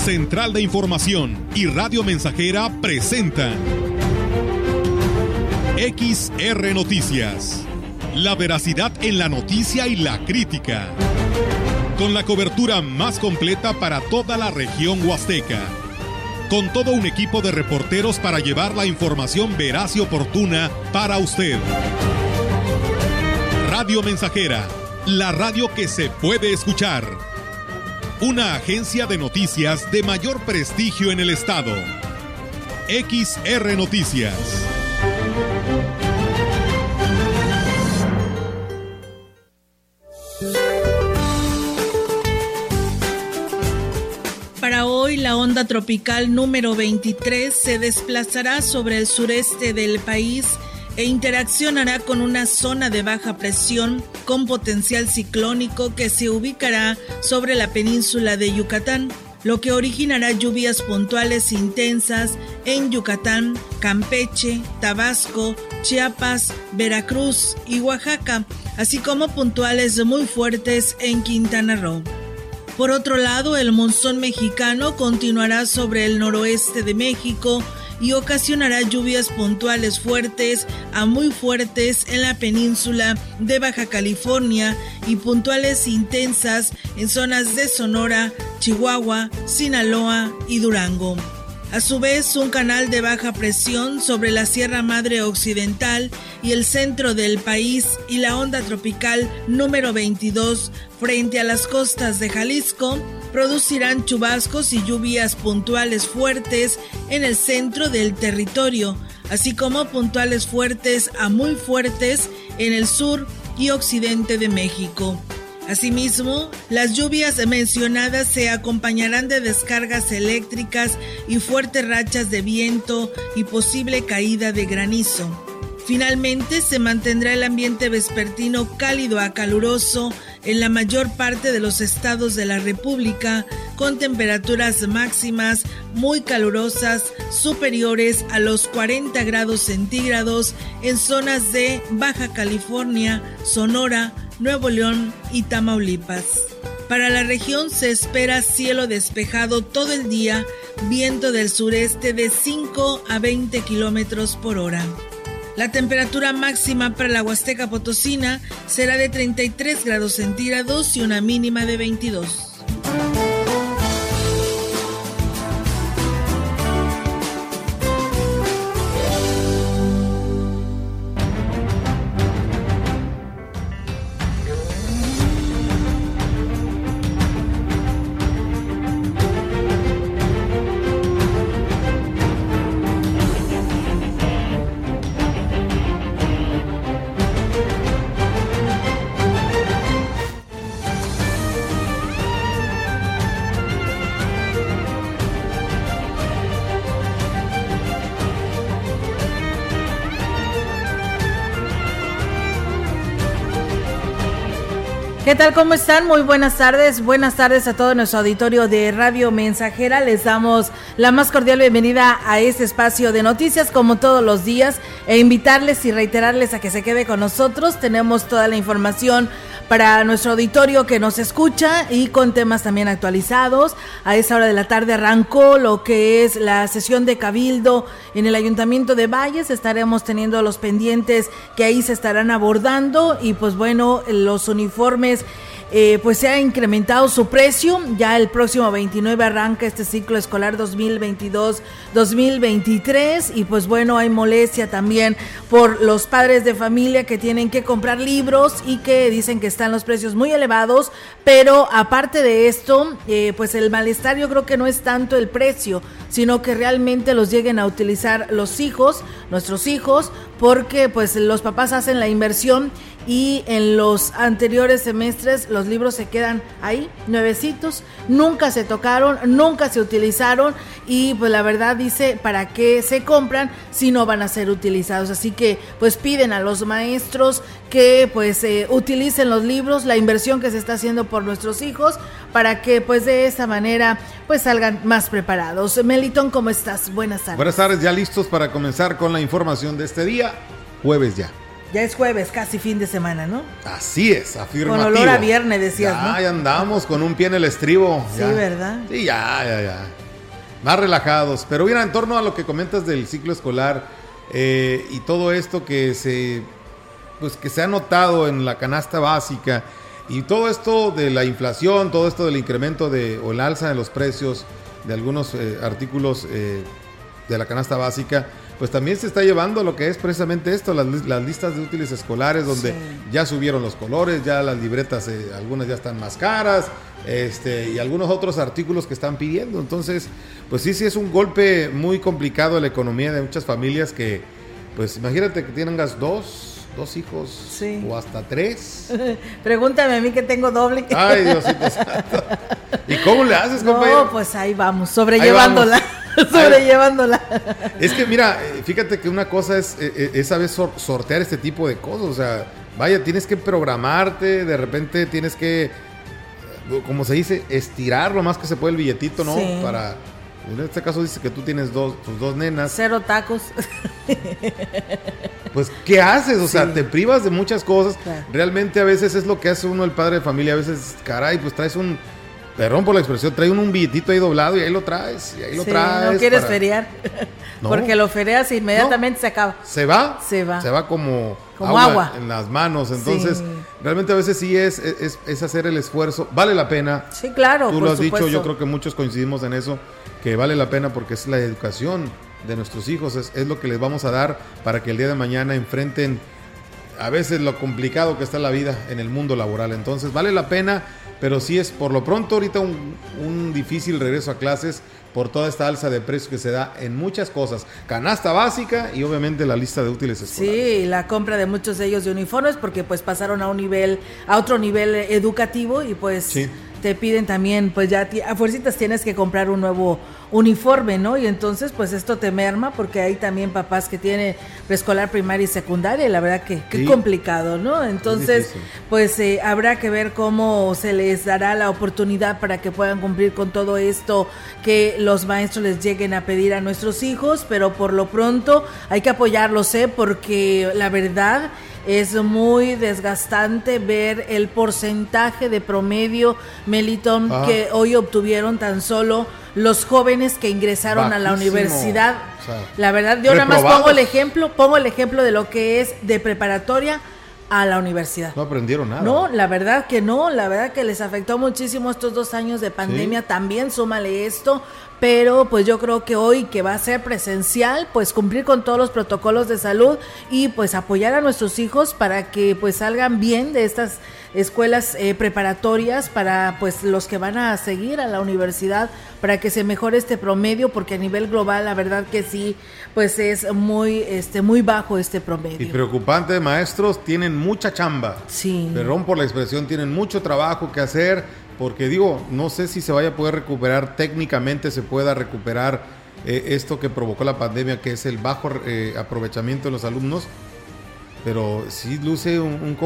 Central de Información y Radio Mensajera presentan XR Noticias. La veracidad en la noticia y la crítica. Con la cobertura más completa para toda la región huasteca. Con todo un equipo de reporteros para llevar la información veraz y oportuna para usted. Radio Mensajera, la radio que se puede escuchar. Una agencia de noticias de mayor prestigio en el estado. XR Noticias. Para hoy, la onda tropical número 23 se desplazará sobre el sureste del país e interaccionará con una zona de baja presión con potencial ciclónico que se ubicará sobre la península de Yucatán, lo que originará lluvias puntuales intensas en Yucatán, Campeche, Tabasco, Chiapas, Veracruz y Oaxaca, así como puntuales muy fuertes en Quintana Roo. Por otro lado, el monzón mexicano continuará sobre el noroeste de México y ocasionará lluvias puntuales fuertes a muy fuertes en la península de Baja California y puntuales intensas en zonas de Sonora, Chihuahua, Sinaloa y Durango. A su vez, un canal de baja presión sobre la Sierra Madre Occidental y el centro del país y la onda tropical número 22 frente a las costas de Jalisco producirán chubascos y lluvias puntuales fuertes en el centro del territorio, así como puntuales fuertes a muy fuertes en el sur y occidente de México. Asimismo, las lluvias mencionadas se acompañarán de descargas eléctricas y fuertes rachas de viento y posible caída de granizo. Finalmente, se mantendrá el ambiente vespertino cálido a caluroso en la mayor parte de los estados de la República, con temperaturas máximas muy calurosas superiores a los 40 grados centígrados en zonas de Baja California, Sonora, Nuevo León y Tamaulipas. Para la región se espera cielo despejado todo el día, viento del sureste de 5 a 20 kilómetros por hora. La temperatura máxima para la Huasteca Potosina será de 33 grados centígrados y una mínima de 22. ¿Qué tal? ¿Cómo están? Muy buenas tardes. Buenas tardes a todo nuestro auditorio de Radio Mensajera. Les damos la más cordial bienvenida a este espacio de noticias como todos los días e invitarles y reiterarles a que se quede con nosotros. Tenemos toda la información para nuestro auditorio que nos escucha y con temas también actualizados. A esa hora de la tarde arrancó lo que es la sesión de cabildo en el Ayuntamiento de Valles. Estaremos teniendo los pendientes que ahí se estarán abordando y pues bueno, los uniformes pues se ha incrementado su precio. Ya el próximo 29 arranca este ciclo escolar 2022-2023 y pues bueno, hay molestia también por los padres de familia que tienen que comprar libros y que dicen que están los precios muy elevados, pero aparte de esto, pues el malestar yo creo que no es tanto el precio, sino que realmente los lleguen a utilizar los hijos, nuestros hijos, porque pues los papás hacen la inversión y en los anteriores semestres los libros se quedan ahí, nuevecitos, nunca se tocaron, nunca se utilizaron y pues la verdad dice, ¿para qué se compran si no van a ser utilizados? Así que pues piden a los maestros que pues utilicen los libros, la inversión que se está haciendo por nuestros hijos, para que pues de esta manera pues salgan más preparados. Melitón, ¿cómo estás? Buenas tardes. Buenas tardes, ya listos para comenzar con la información de este día, jueves ya. Ya es jueves, casi fin de semana, ¿no? Así es, afirmativo. Con olor a viernes, decías, ¿no? Ya andamos con un pie en el estribo. Sí, ya. ¿verdad? Sí, ya. Más relajados. Pero mira, en torno a lo que comentas del ciclo escolar y todo esto que se ha notado en la canasta básica y todo esto de la inflación, todo esto del incremento o el alza de los precios de algunos artículos de la canasta básica, pues también se está llevando lo que es precisamente esto, las listas de útiles escolares, donde ya subieron los colores, ya las libretas, algunas ya están más caras, y algunos otros artículos que están pidiendo. Entonces, pues sí es un golpe muy complicado a la economía de muchas familias que, pues imagínate que tengas dos hijos o hasta 3. Pregúntame a mí que tengo doble. Ay, Diosito santo. ¿Y cómo le haces, compañero? No, pues ahí vamos, sobrellevándola. Sobrellevándola. Es que mira, fíjate que una cosa es a veces sortear este tipo de cosas. O sea, vaya, tienes que programarte, de repente tienes que, como se dice, estirar lo más que se puede el billetito, ¿no? Sí. Para, en este caso dice que tú tienes tus 2 nenas. 0 tacos. Pues, ¿qué haces? O sea, te privas de muchas cosas. Claro. Realmente a veces es lo que hace uno, el padre de familia. A veces, caray, pues traes perdón por la expresión, trae un billetito ahí doblado y ahí lo traes. No quieres feriar. No. Porque lo fereas e inmediatamente se acaba. Se va como agua en las manos. Entonces, realmente a veces sí es hacer el esfuerzo. Vale la pena. Sí, claro. Tú lo has dicho, yo creo que muchos coincidimos en eso, que vale la pena porque es la educación de nuestros hijos, es lo que les vamos a dar para que el día de mañana enfrenten a veces lo complicado que está la vida en el mundo laboral. Entonces, vale la pena. Pero sí es por lo pronto ahorita un difícil regreso a clases por toda esta alza de precios que se da en muchas cosas. Canasta básica y obviamente la lista de útiles escolares. Sí, la compra de muchos de ellos de uniformes porque pues pasaron a otro nivel educativo y pues te piden también, pues ya a fuercitas tienes que comprar un nuevo uniforme, ¿no? Y entonces pues esto te merma porque hay también papás que tienen preescolar, primaria y secundaria y la verdad que complicado, ¿no? Entonces pues habrá que ver cómo se les dará la oportunidad para que puedan cumplir con todo esto que los maestros les lleguen a pedir a nuestros hijos, pero por lo pronto hay que apoyarlos, porque la verdad es muy desgastante ver el porcentaje de promedio, Melitón, que hoy obtuvieron tan solo los jóvenes que ingresaron a la universidad. O sea, la verdad, yo nada más pongo el ejemplo de lo que es de preparatoria a la universidad. No aprendieron nada. No, la verdad que no, la verdad que les afectó muchísimo estos 2 años de pandemia, también súmale esto, pero pues yo creo que hoy que va a ser presencial, pues cumplir con todos los protocolos de salud y pues apoyar a nuestros hijos para que pues salgan bien de estas escuelas preparatorias, para pues los que van a seguir a la universidad, para que se mejore este promedio, porque a nivel global la verdad que sí, pues es muy bajo este promedio. Y preocupante, maestros tienen mucha chamba. Sí. Perdón por la expresión, tienen mucho trabajo que hacer, porque digo, no sé si se vaya a poder recuperar, técnicamente se pueda recuperar esto que provocó la pandemia, que es el bajo aprovechamiento de los alumnos. Pero sí luce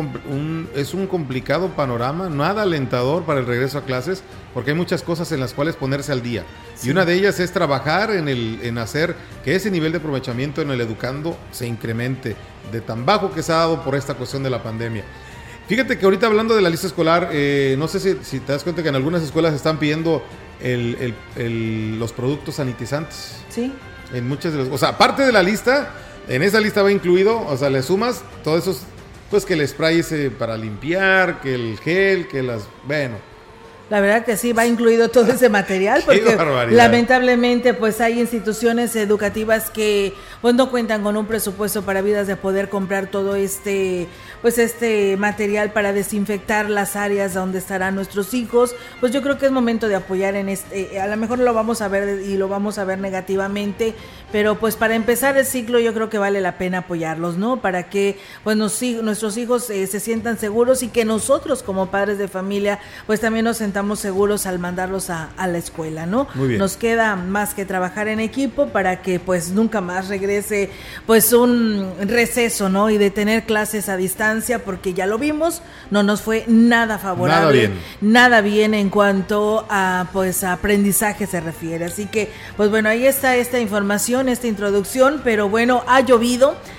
es un complicado panorama, nada alentador para el regreso a clases, porque hay muchas cosas en las cuales ponerse al día. Sí. Y una de ellas es trabajar en hacer que ese nivel de aprovechamiento en el educando se incremente, de tan bajo que se ha dado por esta cuestión de la pandemia. Fíjate que ahorita hablando de la lista escolar, no sé si te das cuenta que en algunas escuelas están pidiendo los productos sanitizantes. Sí. En muchas de las, o sea, aparte de la lista... En esa lista va incluido, o sea, le sumas todos esos, pues que el spray para limpiar, que el gel, que bueno. La verdad que sí, va incluido todo ese material, porque lamentablemente pues hay instituciones educativas que pues no cuentan con un presupuesto para vidas de poder comprar todo este material para desinfectar las áreas donde estarán nuestros hijos. Pues yo creo que es momento de apoyar en a lo mejor lo vamos a ver y lo vamos a ver negativamente, pero pues para empezar el ciclo yo creo que vale la pena apoyarlos, ¿no? Para que pues nuestros hijos se sientan seguros y que nosotros como padres de familia pues también nos sentamos seguros al mandarlos a la escuela, ¿no? Muy bien. Nos queda más que trabajar en equipo para que pues nunca más regrese pues un receso, ¿no? Y de tener clases a distancia, porque ya lo vimos, no nos fue nada favorable, nada bien en cuanto a pues a aprendizaje se refiere. Así que pues bueno, ahí está esta información, esta introducción, pero bueno, ha llovido.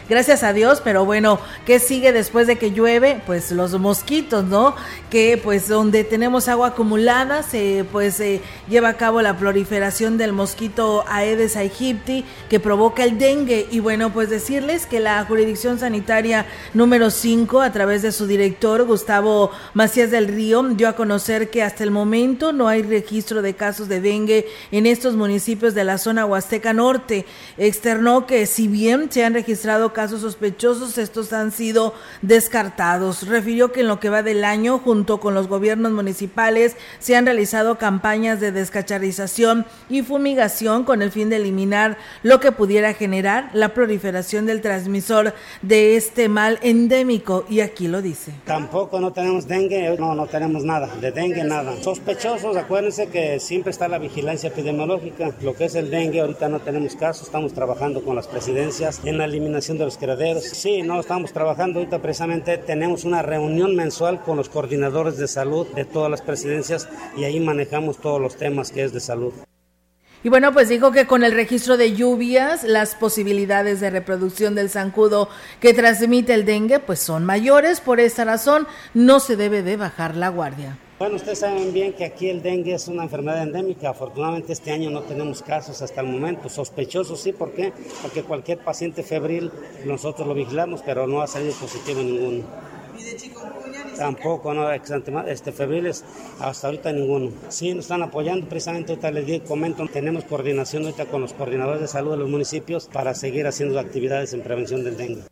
gracias a Dios, pero bueno, ¿qué sigue después de que llueve? Pues los mosquitos, ¿no? Que pues donde tenemos agua acumulada se lleva a cabo la proliferación del mosquito Aedes aegypti, que provoca el dengue. Y bueno, pues decirles que la jurisdicción sanitaria número 5, a través de su director Gustavo Macías del Río, dio a conocer que hasta el momento no hay registro de casos de dengue en estos municipios de la zona Huasteca Norte. Externó que si bien se han registrado casos sospechosos, estos han sido descartados. Refirió que en lo que va del año, junto con los gobiernos municipales, se han realizado campañas de descacharrización y fumigación con el fin de eliminar lo que pudiera generar la proliferación del transmisor de este mal endémico, y aquí lo dice. Tampoco no tenemos dengue, no tenemos nada, de dengue nada. Sospechosos, acuérdense que siempre está la vigilancia epidemiológica. Lo que es el dengue, ahorita no tenemos casos, estamos trabajando con las presidencias en la eliminación de los criaderos. Sí, no estamos trabajando ahorita, precisamente tenemos una reunión mensual con los coordinadores de salud de todas las presidencias y ahí manejamos todos los temas que es de salud. Y bueno, pues dijo que con el registro de lluvias, las posibilidades de reproducción del zancudo que transmite el dengue pues son mayores. Por esta razón no se debe de bajar la guardia. Bueno, ustedes saben bien que aquí el dengue es una enfermedad endémica. Afortunadamente este año no tenemos casos hasta el momento. Sospechosos sí, ¿por qué? Porque cualquier paciente febril nosotros lo vigilamos, pero no ha salido positivo ninguno. ¿Y de chikungunya? Tampoco, no, febriles hasta ahorita ninguno. Sí, nos están apoyando, precisamente ahorita les comento, tenemos coordinación ahorita con los coordinadores de salud de los municipios para seguir haciendo actividades en prevención del dengue.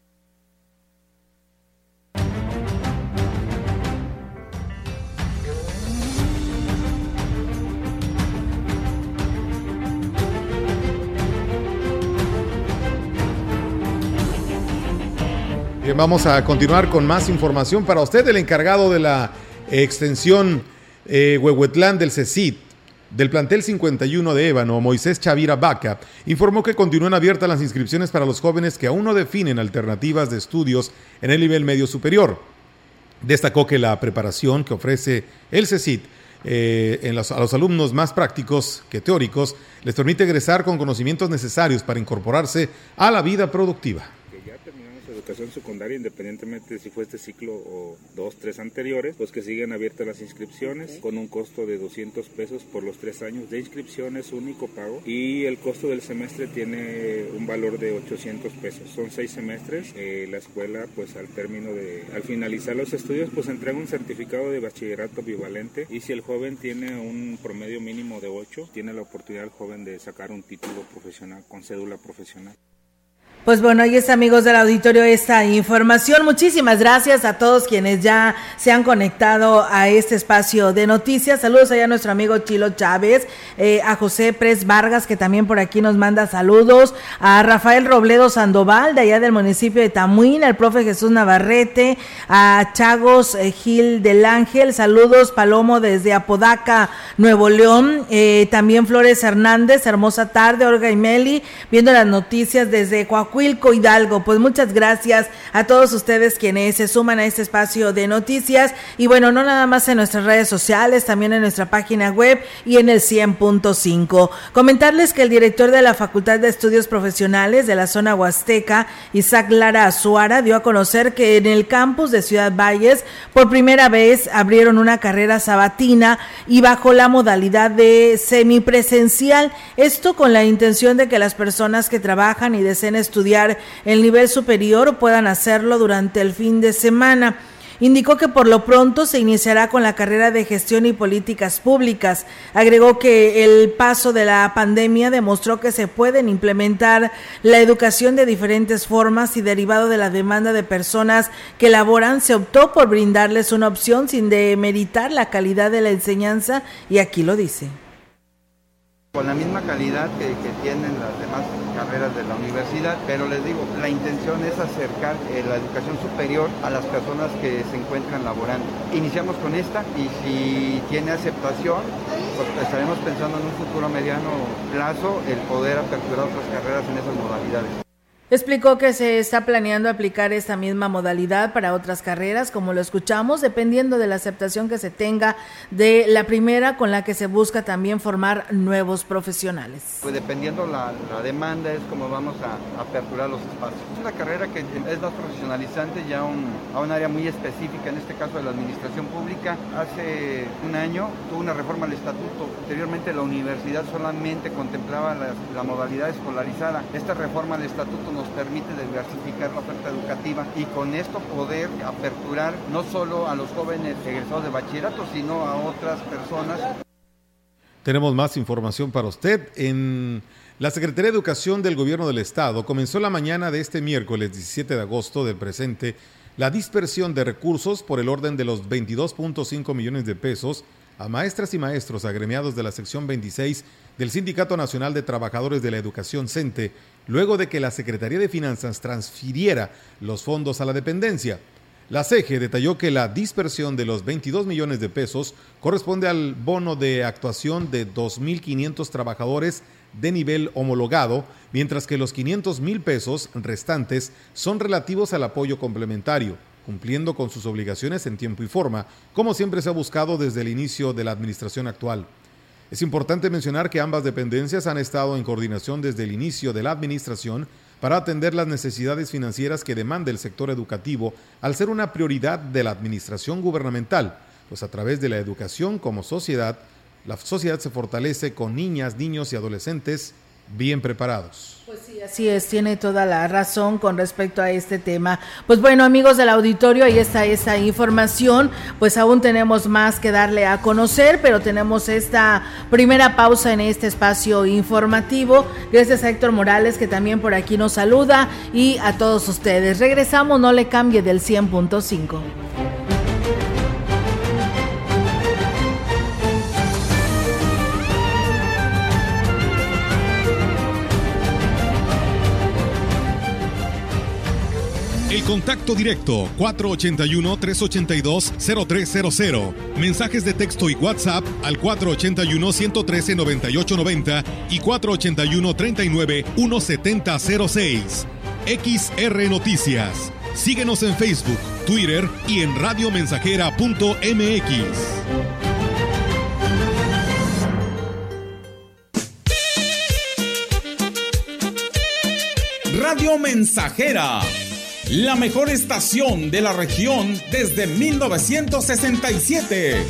Bien, vamos a continuar con más información para usted. El encargado de la extensión Huehuetlán del CECIT, del plantel 51 de Ébano, Moisés Chavira Vaca, informó que continúan abiertas las inscripciones para los jóvenes que aún no definen alternativas de estudios en el nivel medio superior. Destacó que la preparación que ofrece el CECIT a los alumnos más prácticos que teóricos les permite egresar con conocimientos necesarios para incorporarse a la vida productiva. Educación secundaria, independientemente de si fue este ciclo o 2, 3 anteriores, pues que siguen abiertas las inscripciones con un costo de 200 pesos por los 3 años de inscripción, es único pago, y el costo del semestre tiene un valor de 800 pesos. Son 6 semestres. La escuela, pues al finalizar los estudios, pues entrega un certificado de bachillerato bivalente, y si el joven tiene un promedio mínimo de 8, tiene la oportunidad el joven de sacar un título profesional con cédula profesional. Pues bueno, ahí está, amigos del auditorio, esta información. Muchísimas gracias a todos quienes ya se han conectado a este espacio de noticias. Saludos allá a nuestro amigo Chilo Chávez, a José Pres Vargas, que también por aquí nos manda saludos, a Rafael Robledo Sandoval, de allá del municipio de Tamuín, al profe Jesús Navarrete, a Chagos Gil del Ángel, saludos Palomo desde Apodaca, Nuevo León, también Flores Hernández, hermosa tarde, Olga y Meli, viendo las noticias desde Coahuila, Hidalgo. Pues muchas gracias a todos ustedes quienes se suman a este espacio de noticias, y bueno, no nada más en nuestras redes sociales, también en nuestra página web y en el 100.5. Comentarles que el director de la Facultad de Estudios Profesionales de la zona Huasteca, Isaac Lara Azuara, dio a conocer que en el campus de Ciudad Valles por primera vez abrieron una carrera sabatina y bajo la modalidad de semipresencial, esto con la intención de que las personas que trabajan y deseen estudiar el nivel superior puedan hacerlo durante el fin de semana. Indicó que por lo pronto se iniciará con la carrera de Gestión y Políticas Públicas. Agregó que el paso de la pandemia demostró que se pueden implementar la educación de diferentes formas, y derivado de la demanda de personas que laboran, se optó por brindarles una opción sin demeritar la calidad de la enseñanza, y aquí lo dice. Con la misma calidad que tienen las demás carreras de la universidad, pero les digo, la intención es acercar la educación superior a las personas que se encuentran laborando. Iniciamos con esta, y si tiene aceptación, pues estaremos pensando en un futuro mediano plazo el poder aperturar otras carreras en esas modalidades. Explicó que se está planeando aplicar esta misma modalidad para otras carreras, como lo escuchamos, dependiendo de la aceptación que se tenga de la primera, con la que se busca también formar nuevos profesionales. Pues dependiendo la demanda es como vamos a aperturar los espacios. Es una carrera que es más profesionalizante, ya a un área muy específica, en este caso de la administración pública. Hace un año tuvo una reforma al estatuto. Anteriormente la universidad solamente contemplaba la modalidad escolarizada. Esta reforma al estatuto nos permite diversificar la oferta educativa y con esto poder aperturar no solo a los jóvenes egresados de bachillerato, sino a otras personas. Tenemos más información para usted. En la Secretaría de Educación del Gobierno del Estado comenzó la mañana de este miércoles 17 de agosto del presente la dispersión de recursos por el orden de los 22.5 millones de pesos a maestras y maestros agremiados de la sección 26 del Sindicato Nacional de Trabajadores de la Educación CENTE, luego de que la Secretaría de Finanzas transfiriera los fondos a la dependencia. La CEGE detalló que la dispersión de los 22 millones de pesos corresponde al bono de actuación de 2.500 trabajadores de nivel homologado, mientras que los 500,000 pesos restantes son relativos al apoyo complementario, cumpliendo con sus obligaciones en tiempo y forma, como siempre se ha buscado desde el inicio de la administración actual. Es importante mencionar que ambas dependencias han estado en coordinación desde el inicio de la administración para atender las necesidades financieras que demanda el sector educativo al ser una prioridad de la administración gubernamental, pues a través de la educación como sociedad, la sociedad se fortalece con niñas, niños y adolescentes bien preparados. Pues sí, así es, tiene toda la razón con respecto a este tema. Pues bueno, amigos del auditorio, ahí está esa información, pues aún tenemos más que darle a conocer, pero tenemos esta primera pausa en este espacio informativo. Gracias a Héctor Morales, que también por aquí nos saluda, y a todos ustedes. Regresamos, no le cambie del 100.5. El contacto directo 481-382-0300. Mensajes de texto y WhatsApp al 481-113-9890 y 481-39-1706. XR Noticias. Síguenos en Facebook, Twitter y en radiomensajera.mx. Radio Mensajera, la mejor estación de la región desde 1967.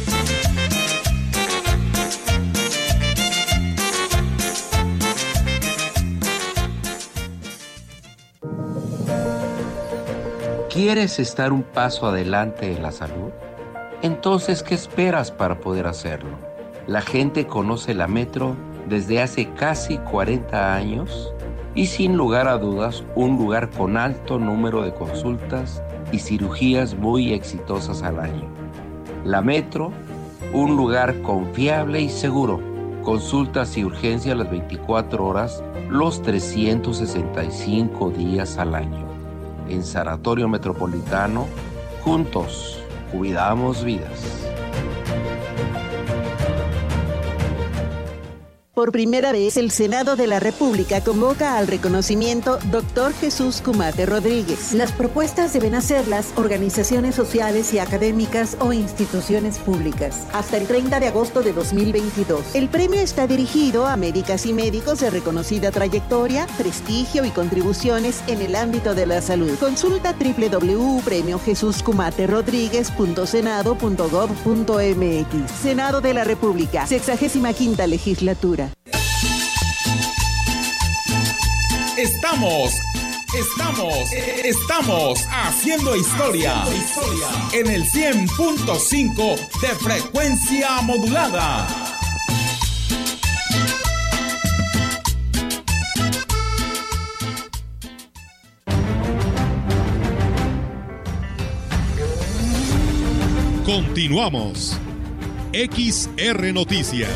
¿Quieres estar un paso adelante en la salud? Entonces, ¿qué esperas para poder hacerlo? La gente conoce la Metro desde hace casi 40 años y sin lugar a dudas, un lugar con alto número de consultas y cirugías muy exitosas al año. La Metro, un lugar confiable y seguro. Consultas y urgencias las 24 horas, los 365 días al año. En Sanatorio Metropolitano, juntos, cuidamos vidas. Por primera vez, el Senado de la República convoca al reconocimiento Dr. Jesús Cumate Rodríguez. Las propuestas deben hacerlas organizaciones sociales y académicas o instituciones públicas. Hasta el 30 de agosto de 2022. El premio está dirigido a médicas y médicos de reconocida trayectoria, prestigio y contribuciones en el ámbito de la salud. Consulta www.premiojesuscumaterodriguez.senado.gov.mx. Senado de la República, 65ª legislatura. Estamos haciendo historia en el 100.5 de frecuencia modulada. Continuamos. XR Noticias.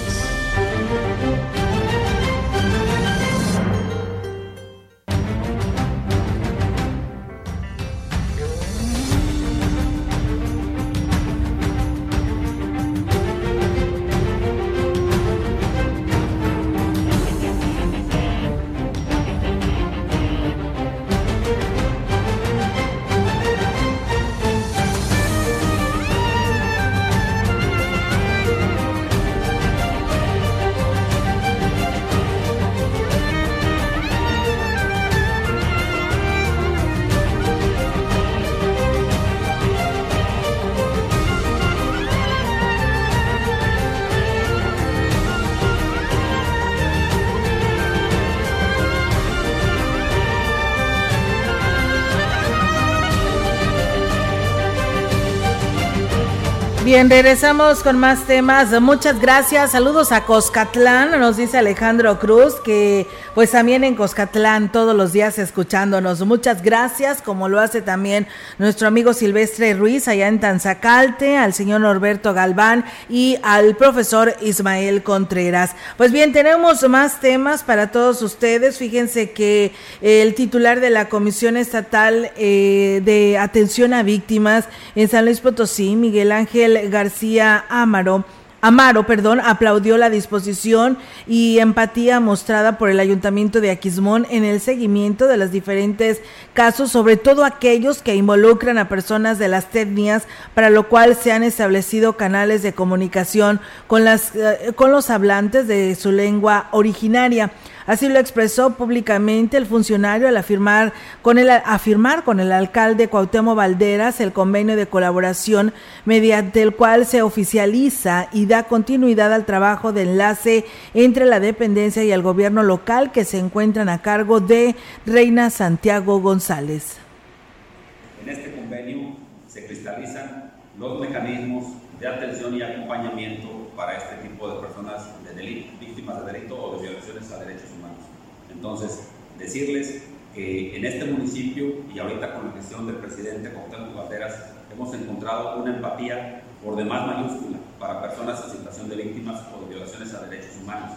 Bien, regresamos con más temas. Muchas gracias. Saludos a Coscatlán, nos dice Alejandro Cruz, que pues también en Coscatlán todos los días escuchándonos. Muchas gracias, como lo hace también nuestro amigo Silvestre Ruiz allá en Tanzacalte, al señor Norberto Galván y al profesor Ismael Contreras. Pues bien, tenemos más temas para todos ustedes. Fíjense que el titular de la Comisión Estatal de Atención a Víctimas en San Luis Potosí, Miguel Ángel García Amaro, aplaudió la disposición y empatía mostrada por el Ayuntamiento de Aquismón en el seguimiento de los diferentes casos, sobre todo aquellos que involucran a personas de las etnias, para lo cual se han establecido canales de comunicación con los hablantes de su lengua originaria. Así lo expresó públicamente el funcionario al afirmar con el alcalde Cuauhtémoc Valderas el convenio de colaboración mediante el cual se oficializa y da continuidad al trabajo de enlace entre la dependencia y el gobierno local que se encuentran a cargo de Reina Santiago González. En este convenio se cristalizan los mecanismos de atención y acompañamiento para este tipo de personas de delito, víctimas de delito o de violaciones a derechos humanos. Entonces, decirles que en este municipio y ahorita con la gestión del presidente Cuauhtémoc Valderas hemos encontrado una empatía por demás mayúscula para personas en situación de víctimas o de violaciones a derechos humanos.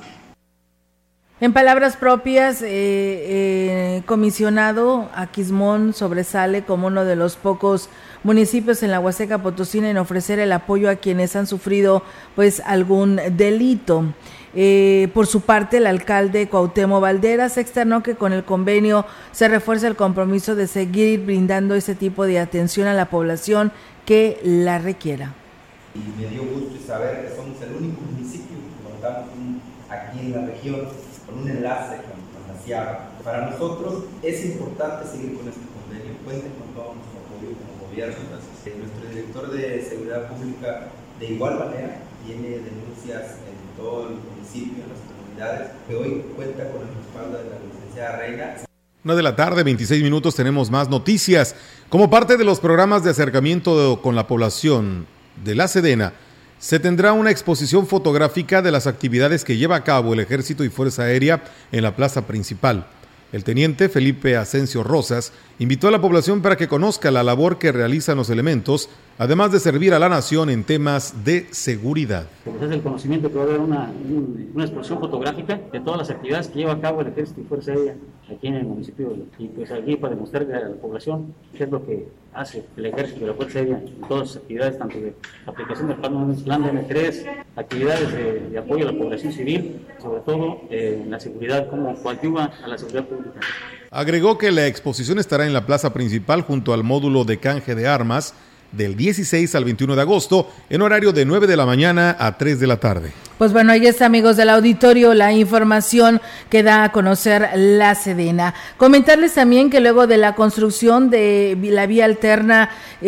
En palabras propias, comisionado Aquismón sobresale como uno de los pocos municipios en la Huasteca Potosina en ofrecer el apoyo a quienes han sufrido pues algún delito. Por su parte, el alcalde Cuauhtémoc Valderas externó que con el convenio se refuerza el compromiso de seguir brindando ese tipo de atención a la población que la requiera. Y me dio gusto saber que somos el único municipio que contamos aquí en la región con un enlace con la Sierra. Para nosotros es importante seguir con este convenio, cuenten con todo nuestro apoyo como gobierno. Nuestro director de Seguridad Pública de igual manera tiene denuncias en todo el municipio, en las comunidades, que hoy cuenta con el respaldo de la licenciada Reina. 1:26 p.m, tenemos más noticias. Como parte de los programas de acercamiento con la población de la Sedena, se tendrá una exposición fotográfica de las actividades que lleva a cabo el Ejército y Fuerza Aérea en la plaza principal. El teniente Felipe Asensio Rosas invitó a la población para que conozca la labor que realizan los elementos, además de servir a la nación en temas de seguridad. Es el conocimiento que va a haber una exposición fotográfica de todas las actividades que lleva a cabo el Ejército y Fuerza Aérea aquí en el municipio, y pues aquí para demostrarle a la población qué es lo que hace el Ejército y la Fuerza Aérea en todas sus actividades, tanto de aplicación del plan de M3, actividades de apoyo a la población civil, sobre todo en la seguridad, como coadyuva a la seguridad pública. Agregó que la exposición estará en la plaza principal junto al módulo de canje de armas del 16 al 21 de agosto en horario de 9 de la mañana a 3 de la tarde. Pues bueno, ahí está, amigos del auditorio, la información que da a conocer la Sedena. Comentarles también que luego de la construcción de la vía alterna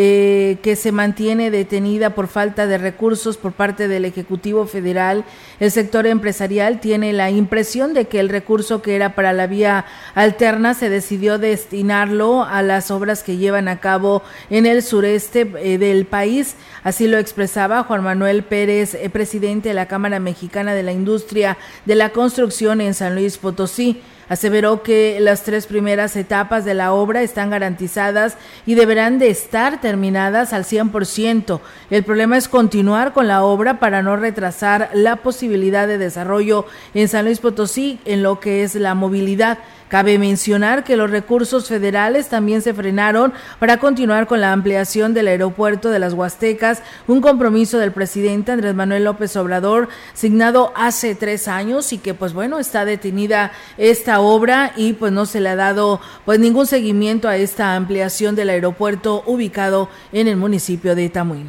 que se mantiene detenida por falta de recursos por parte del Ejecutivo Federal, el sector empresarial tiene la impresión de que el recurso que era para la vía alterna se decidió destinarlo a las obras que llevan a cabo en el sureste del país. Así lo expresaba Juan Manuel Pérez, presidente de la Cámara Mexicana de la Industria de la Construcción en San Luis Potosí. Aseveró que las 3 primeras etapas de la obra están garantizadas y deberán de estar terminadas al 100%. El problema es continuar con la obra para no retrasar la posibilidad de desarrollo en San Luis Potosí en lo que es la movilidad. Cabe mencionar que los recursos federales también se frenaron para continuar con la ampliación del aeropuerto de las Huastecas, un compromiso del presidente Andrés Manuel López Obrador, signado hace 3 años y que pues bueno, está detenida esta obra y pues no se le ha dado pues ningún seguimiento a esta ampliación del aeropuerto ubicado en el municipio de Tamuín.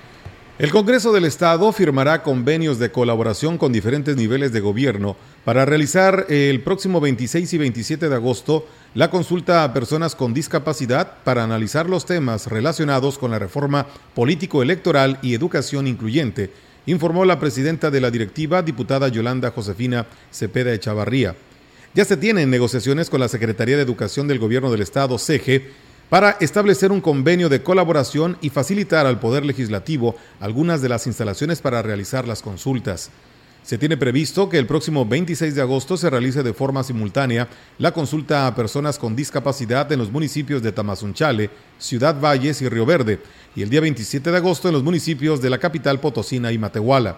El Congreso del Estado firmará convenios de colaboración con diferentes niveles de gobierno para realizar el próximo 26 y 27 de agosto la consulta a personas con discapacidad para analizar los temas relacionados con la reforma político-electoral y educación incluyente, informó la presidenta de la directiva, diputada Yolanda Josefina Cepeda Echavarría. Ya se tienen negociaciones con la Secretaría de Educación del Gobierno del Estado, CEGE, para establecer un convenio de colaboración y facilitar al Poder Legislativo algunas de las instalaciones para realizar las consultas. Se tiene previsto que el próximo 26 de agosto se realice de forma simultánea la consulta a personas con discapacidad en los municipios de Tamazunchale, Ciudad Valles y Río Verde, y el día 27 de agosto en los municipios de la capital potosina y Matehuala.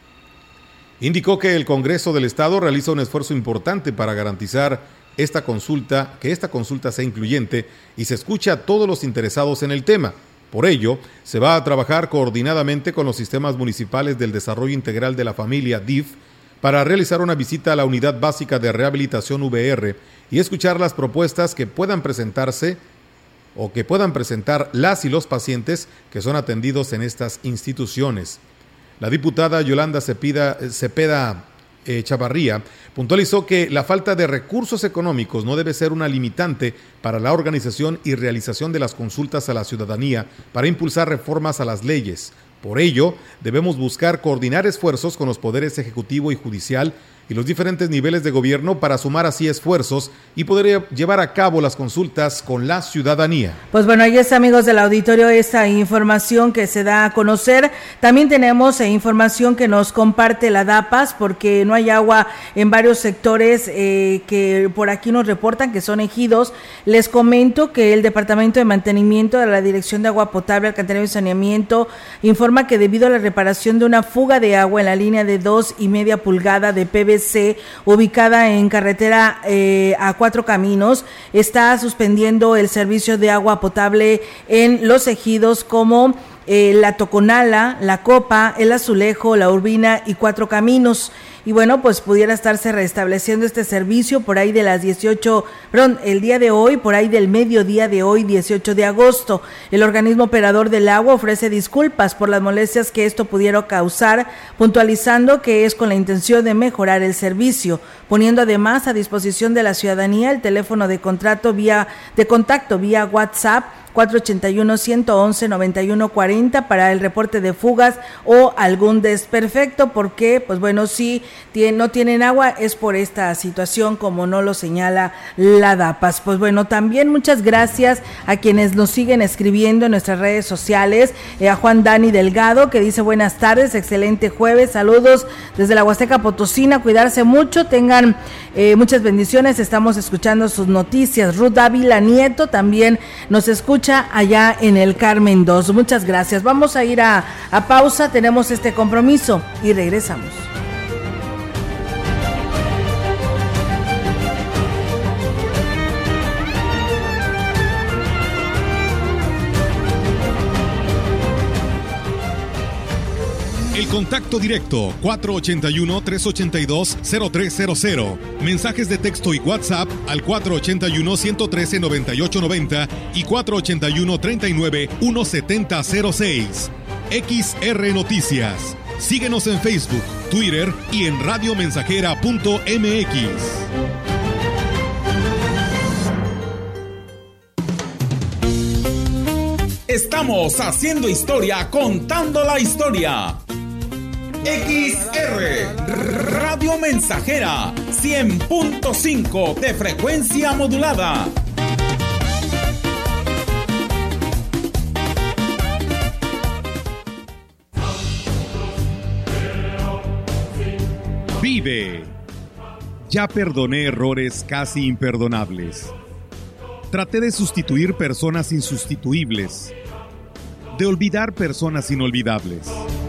Indicó que el Congreso del Estado realiza un esfuerzo importante para garantizar que esta consulta sea incluyente y se escuche a todos los interesados en el tema. Por ello, se va a trabajar coordinadamente con los sistemas municipales del desarrollo integral de la familia DIF para realizar una visita a la Unidad Básica de Rehabilitación VR y escuchar las propuestas que puedan presentarse o que puedan presentar las y los pacientes que son atendidos en estas instituciones. La diputada Yolanda Cepeda Chavarría puntualizó que la falta de recursos económicos no debe ser una limitante para la organización y realización de las consultas a la ciudadanía para impulsar reformas a las leyes. Por ello, debemos buscar coordinar esfuerzos con los poderes ejecutivo y judicial y los diferentes niveles de gobierno para sumar así esfuerzos y poder llevar a cabo las consultas con la ciudadanía. Pues bueno, ahí está, amigos del auditorio, esta información que se da a conocer. También tenemos información que nos comparte la DAPAS, porque no hay agua en varios sectores que por aquí nos reportan que son ejidos. Les comento que el Departamento de Mantenimiento de la Dirección de Agua Potable, Alcantarillado y Saneamiento informa que debido a la reparación de una fuga de agua en la línea de 2,5 pulgadas de PVC ubicada en carretera a Cuatro Caminos, está suspendiendo el servicio de agua potable en los ejidos como La Toconala, La Copa, El Azulejo, La Urbina y Cuatro Caminos. Y bueno, pues pudiera estarse restableciendo este servicio por ahí de las el día de hoy, por ahí del mediodía de hoy, 18 de agosto. El organismo operador del agua ofrece disculpas por las molestias que esto pudiera causar, puntualizando que es con la intención de mejorar el servicio, poniendo además a disposición de la ciudadanía el teléfono de contacto vía WhatsApp 481-111-9140 para el reporte de fugas o algún desperfecto, porque pues bueno, si no tienen agua es por esta situación, como no lo señala la DAPAS. Pues bueno, también muchas gracias a quienes nos siguen escribiendo en nuestras redes sociales, a Juan Dani Delgado, que dice buenas tardes, excelente jueves, saludos desde la Huasteca Potosina, cuidarse mucho, tengan muchas bendiciones, estamos escuchando sus noticias. Ruth Ávila Nieto también nos escucha allá en el Carmen 2. Muchas gracias. Vamos a ir a pausa, tenemos este compromiso y regresamos. El contacto directo 481-382-0300. Mensajes de texto y WhatsApp al 481-113-9890 y 481-39-1706. XR Noticias. Síguenos en Facebook, Twitter y en radiomensajera.mx. Estamos haciendo historia, contando la historia. XR Radio Mensajera 100.5 de frecuencia modulada. Vive. Ya perdoné errores casi imperdonables. Traté de sustituir personas insustituibles, de olvidar personas inolvidables.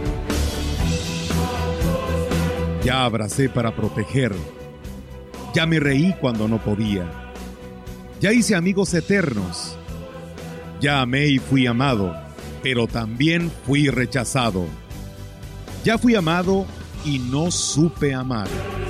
Ya abracé para proteger, ya me reí cuando no podía, ya hice amigos eternos, ya amé y fui amado, pero también fui rechazado. Ya fui amado y no supe amar.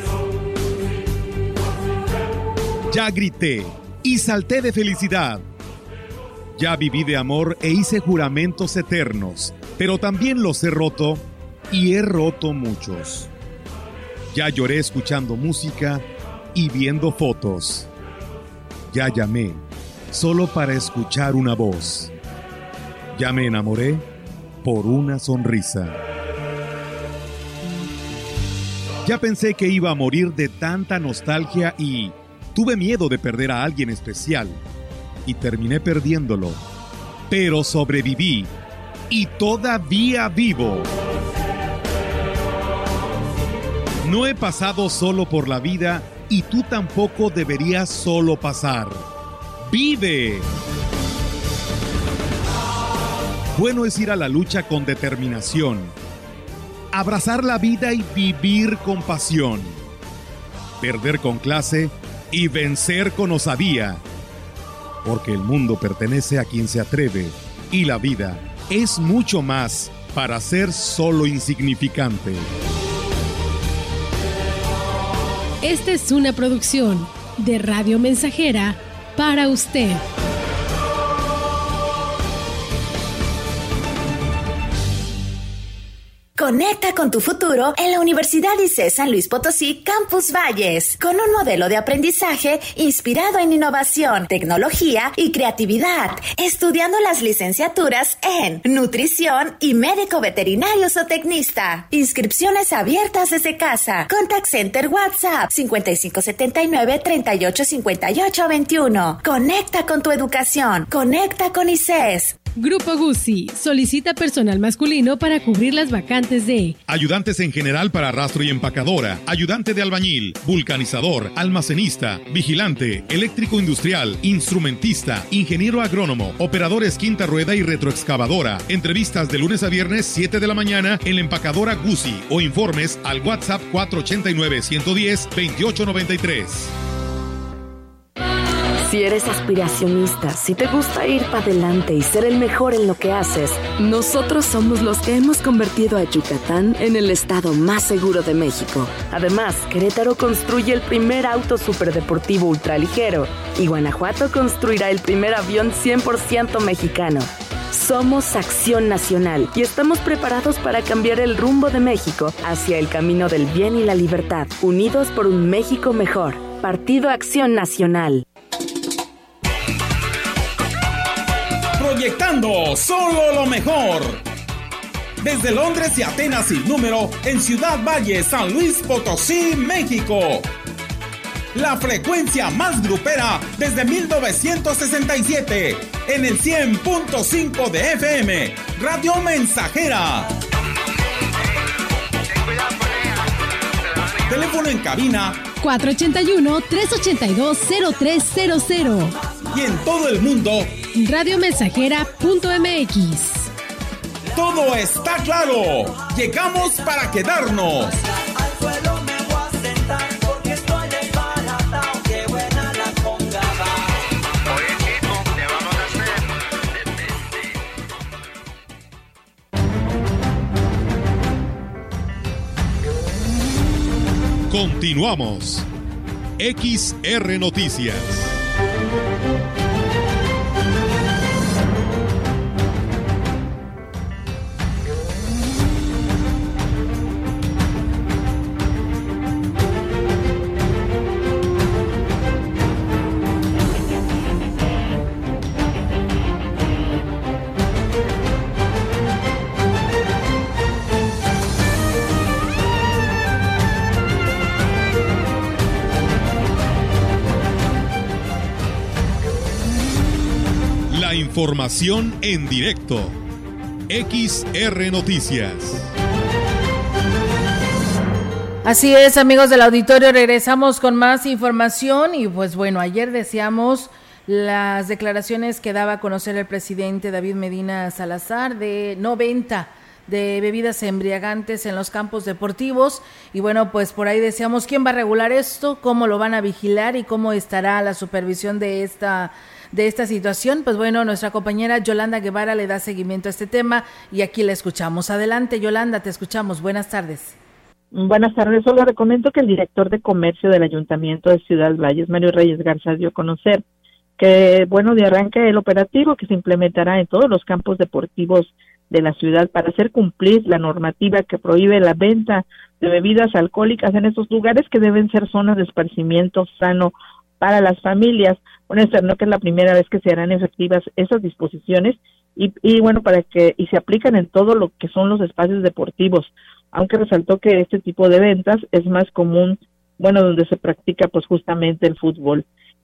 Ya grité y salté de felicidad. Ya viví de amor e hice juramentos eternos, pero también los he roto y he roto muchos. Ya lloré escuchando música y viendo fotos. Ya llamé solo para escuchar una voz. Ya me enamoré por una sonrisa. Ya pensé que iba a morir de tanta nostalgia y tuve miedo de perder a alguien especial. y terminé perdiéndolo, pero sobreviví y todavía vivo. No he pasado solo por la vida y tú tampoco deberías solo pasar. ¡Vive! Bueno es ir a la lucha con determinación, abrazar la vida y vivir con pasión, perder con clase y vencer con osadía, porque el mundo pertenece a quien se atreve y la vida es mucho más para ser solo insignificante. Esta es una producción de Radio Mensajera para usted. Conecta con tu futuro en la Universidad ICES San Luis Potosí Campus Valles, con un modelo de aprendizaje inspirado en innovación, tecnología y creatividad, estudiando las licenciaturas en nutrición y médico veterinario zootecnista. Inscripciones abiertas desde casa. Contact Center WhatsApp 5579-385821. Conecta con tu educación. Conecta con ICES. Grupo Guzzi solicita personal masculino para cubrir las vacantes de ayudantes en general para rastro y empacadora, ayudante de albañil, vulcanizador, almacenista, vigilante, eléctrico industrial, instrumentista, ingeniero agrónomo, operadores quinta rueda y retroexcavadora. Entrevistas de lunes a viernes 7 de la mañana en la empacadora Guzzi o informes al WhatsApp 489-110-2893. Si eres aspiracionista, si te gusta ir para adelante y ser el mejor en lo que haces, nosotros somos los que hemos convertido a Yucatán en el estado más seguro de México. Además, Querétaro construye el primer auto superdeportivo ultraligero y Guanajuato construirá el primer avión 100% mexicano. Somos Acción Nacional y estamos preparados para cambiar el rumbo de México hacia el camino del bien y la libertad. Unidos por un México mejor. Partido Acción Nacional. Proyectando solo lo mejor. Desde Londres y Atenas sin número, en Ciudad Valle, San Luis Potosí, México. La frecuencia más grupera desde 1967, en el 100.5 de FM, Radio Mensajera. Teléfono en cabina 481-382-0300. Y en todo el mundo, radiomensajera.mx. Todo está claro. Llegamos para quedarnos. Continuamos. XR Noticias. Información en directo. XR Noticias. Así es, amigos del auditorio, regresamos con más información y pues bueno, ayer decíamos las declaraciones que daba a conocer el presidente David Medina Salazar de no venta de bebidas embriagantes en los campos deportivos y bueno, pues por ahí decíamos quién va a regular esto, cómo lo van a vigilar y cómo estará la supervisión de esta situación. Pues bueno, nuestra compañera Yolanda Guevara le da seguimiento a este tema y aquí la escuchamos. Adelante, Yolanda, te escuchamos. Buenas tardes. Buenas tardes. Solo le comento que el director de comercio del Ayuntamiento de Ciudad Valles, Mario Reyes Garza, dio a conocer que, bueno, de arranque el operativo que se implementará en todos los campos deportivos de la ciudad para hacer cumplir la normativa que prohíbe la venta de bebidas alcohólicas en esos lugares que deben ser zonas de esparcimiento sano para las familias. Bueno, externó que es la primera vez que se harán efectivas esas disposiciones y bueno, y se aplican en todo lo que son los espacios deportivos, aunque resaltó que este tipo de ventas es más común, bueno, donde se practica pues justamente el fútbol.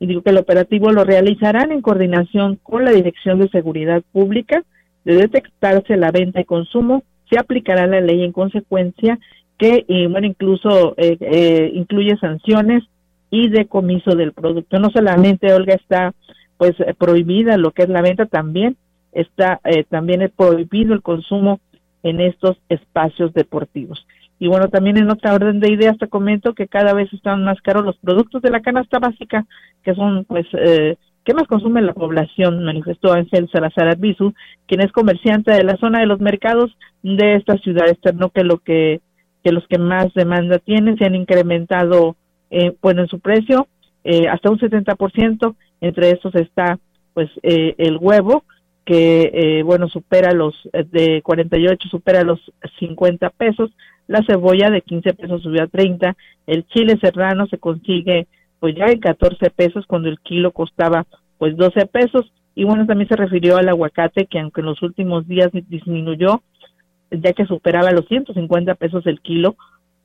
y digo que el operativo lo realizarán en coordinación con la Dirección de Seguridad Pública. De detectarse la venta y consumo, se aplicará la ley en consecuencia, que incluso incluye sanciones y decomiso del producto. No solamente, Olga, está pues prohibida lo que es la venta, también está también prohibido el consumo en estos espacios deportivos. Y bueno, también en otra orden de ideas te comento que cada vez están más caros los productos de la canasta básica, que son pues ¿qué más consume la población?, manifestó Ángel Salazar Arbizu, quien es comerciante de la zona de los mercados de esta ciudad. Externó que los que más demanda tienen se han incrementado en su precio hasta un 70%. Entre estos está pues el huevo, que supera los de 48, supera los 50 pesos. La cebolla de 15 pesos subió a 30. El chile serrano se consigue pues ya en 14 pesos cuando el kilo costaba pues 12 pesos. Y bueno, también se refirió al aguacate, que aunque en los últimos días disminuyó, ya que superaba los 150 pesos el kilo,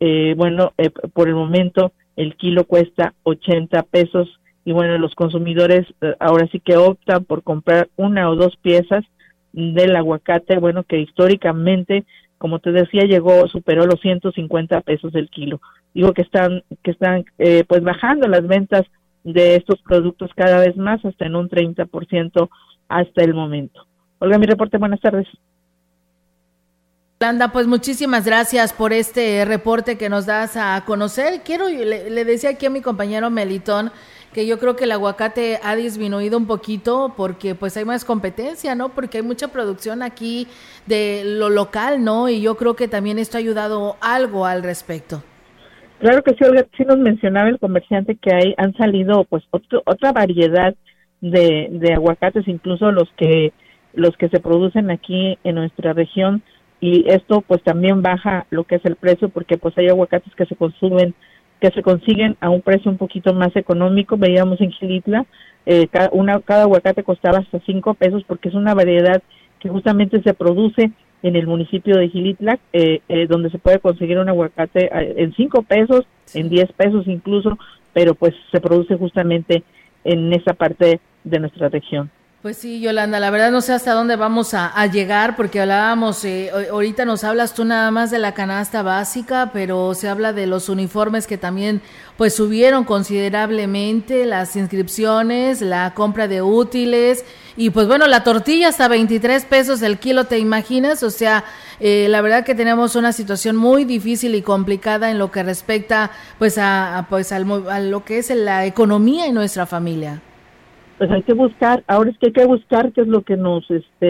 por el momento el kilo cuesta 80 pesos. Y bueno, los consumidores ahora sí que optan por comprar una o dos piezas del aguacate, que históricamente, como te decía, superó los 150 pesos el kilo. Digo que están pues bajando las ventas de estos productos cada vez más, hasta en un 30% hasta el momento. Olga, mi reporte, buenas tardes. Yolanda, pues muchísimas gracias por este reporte que nos das a conocer. Le decía aquí a mi compañero Melitón que yo creo que el aguacate ha disminuido un poquito porque pues hay más competencia, ¿no? Porque hay mucha producción aquí de lo local, ¿no? Y yo creo que también esto ha ayudado algo al respecto. Claro que sí, Olga, sí nos mencionaba el comerciante que han salido pues otra variedad de aguacates, incluso los que se producen aquí en nuestra región, y esto pues también baja lo que es el precio, porque pues hay aguacates que se consiguen a un precio un poquito más económico. Veíamos en Xilitla, cada aguacate costaba hasta 5 pesos, porque es una variedad que justamente se produce en el municipio de Xilitla, donde se puede conseguir un aguacate en 5 pesos, en 10 pesos incluso, pero pues se produce justamente en esa parte de nuestra región. Pues sí, Yolanda, la verdad no sé hasta dónde vamos a llegar, porque hablábamos, ahorita nos hablas tú nada más de la canasta básica, pero se habla de los uniformes que también pues subieron considerablemente, las inscripciones, la compra de útiles, y pues bueno, la tortilla hasta 23 pesos el kilo, ¿te imaginas? O sea, la verdad que tenemos una situación muy difícil y complicada en lo que respecta pues a lo que es la economía en nuestra familia. Pues hay que buscar, ahora es que hay que buscar qué es lo que nos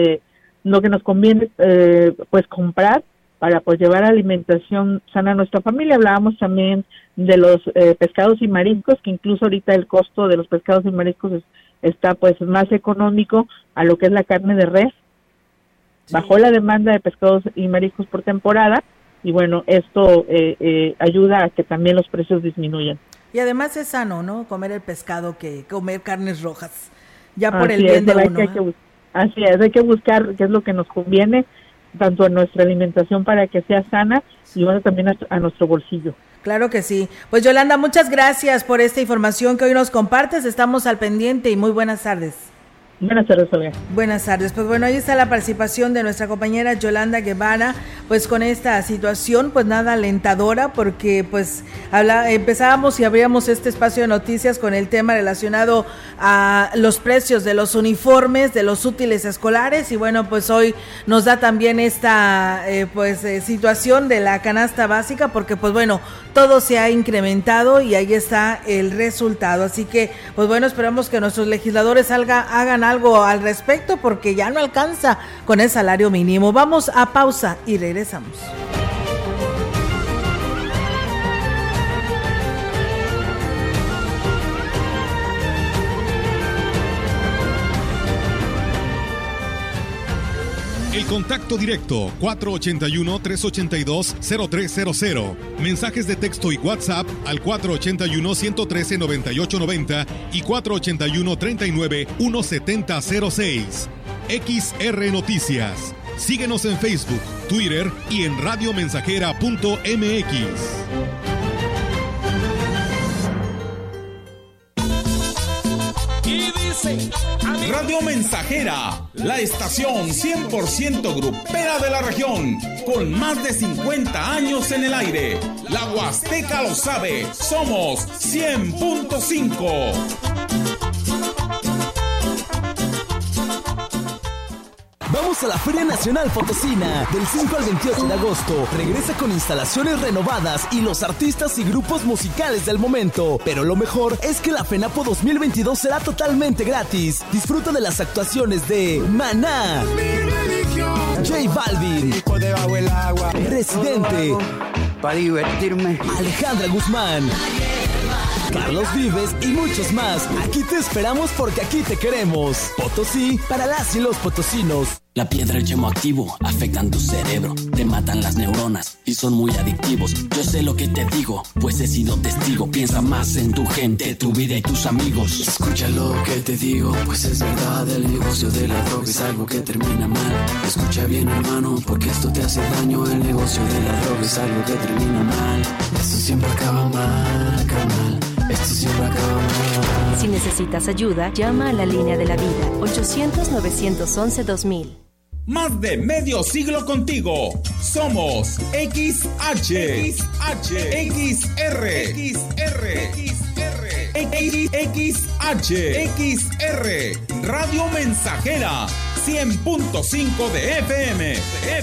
conviene pues comprar para pues llevar alimentación sana a nuestra familia. Hablábamos también de los pescados y mariscos, que incluso ahorita el costo de los pescados y mariscos está pues más económico a lo que es la carne de res. Sí. Bajó la demanda de pescados y mariscos por temporada, y bueno, esto ayuda a que también los precios disminuyan. Y además es sano, ¿no?, comer el pescado que comer carnes rojas, ya por el bien de uno. Así es, hay que buscar qué es lo que nos conviene, tanto a nuestra alimentación para que sea sana, y bueno, también a nuestro bolsillo. Claro que sí. Pues Yolanda, muchas gracias por esta información que hoy nos compartes, estamos al pendiente y muy buenas tardes. Buenas tardes, Olga. Buenas tardes. Pues bueno, ahí está la participación de nuestra compañera Yolanda Guevara, pues con esta situación, pues nada alentadora, porque pues empezábamos y abríamos este espacio de noticias con el tema relacionado a los precios de los uniformes, de los útiles escolares, y bueno, pues hoy nos da también esta situación de la canasta básica, porque pues bueno, todo se ha incrementado y ahí está el resultado. Así que pues bueno, esperamos que nuestros legisladores hagan algo al respecto, porque ya no alcanza con el salario mínimo. Vamos a pausa y regresamos. El contacto directo 481-382-0300. Mensajes de texto y WhatsApp al 481-113-9890 y 481-39-1706. XR Noticias. Síguenos en Facebook, Twitter y en radiomensajera.mx. Radio Mensajera, la estación 100% grupera de la región, con más de 50 años en el aire. La Huasteca lo sabe, somos 100.5. Vamos a la Feria Nacional Potosina, del 5 al 28 de agosto. Regresa con instalaciones renovadas y los artistas y grupos musicales del momento. Pero lo mejor es que la FENAPO 2022 será totalmente gratis. Disfruta de las actuaciones de Maná, J Balvin, Residente, para divertirme, Alejandra Guzmán, Carlos Vives y muchos más. Aquí te esperamos porque aquí te queremos. Potosí, para las y los potosinos. La piedra y el yemo activo afectan tu cerebro, te matan las neuronas y son muy adictivos. Yo sé lo que te digo, pues he sido testigo. Piensa más en tu gente, tu vida y tus amigos. Escucha lo que te digo, pues es verdad. El negocio de la droga es algo que termina mal. Escucha bien, hermano, porque esto te hace daño. El negocio de la droga es algo que termina mal. Esto siempre acaba mal, carnal. Esto siempre acaba mal. Si necesitas ayuda, llama a la línea de la vida, 800-911-2000. Más de medio siglo contigo. Somos XH, XR, XR, Radio Mensajera, 100.5 de FM.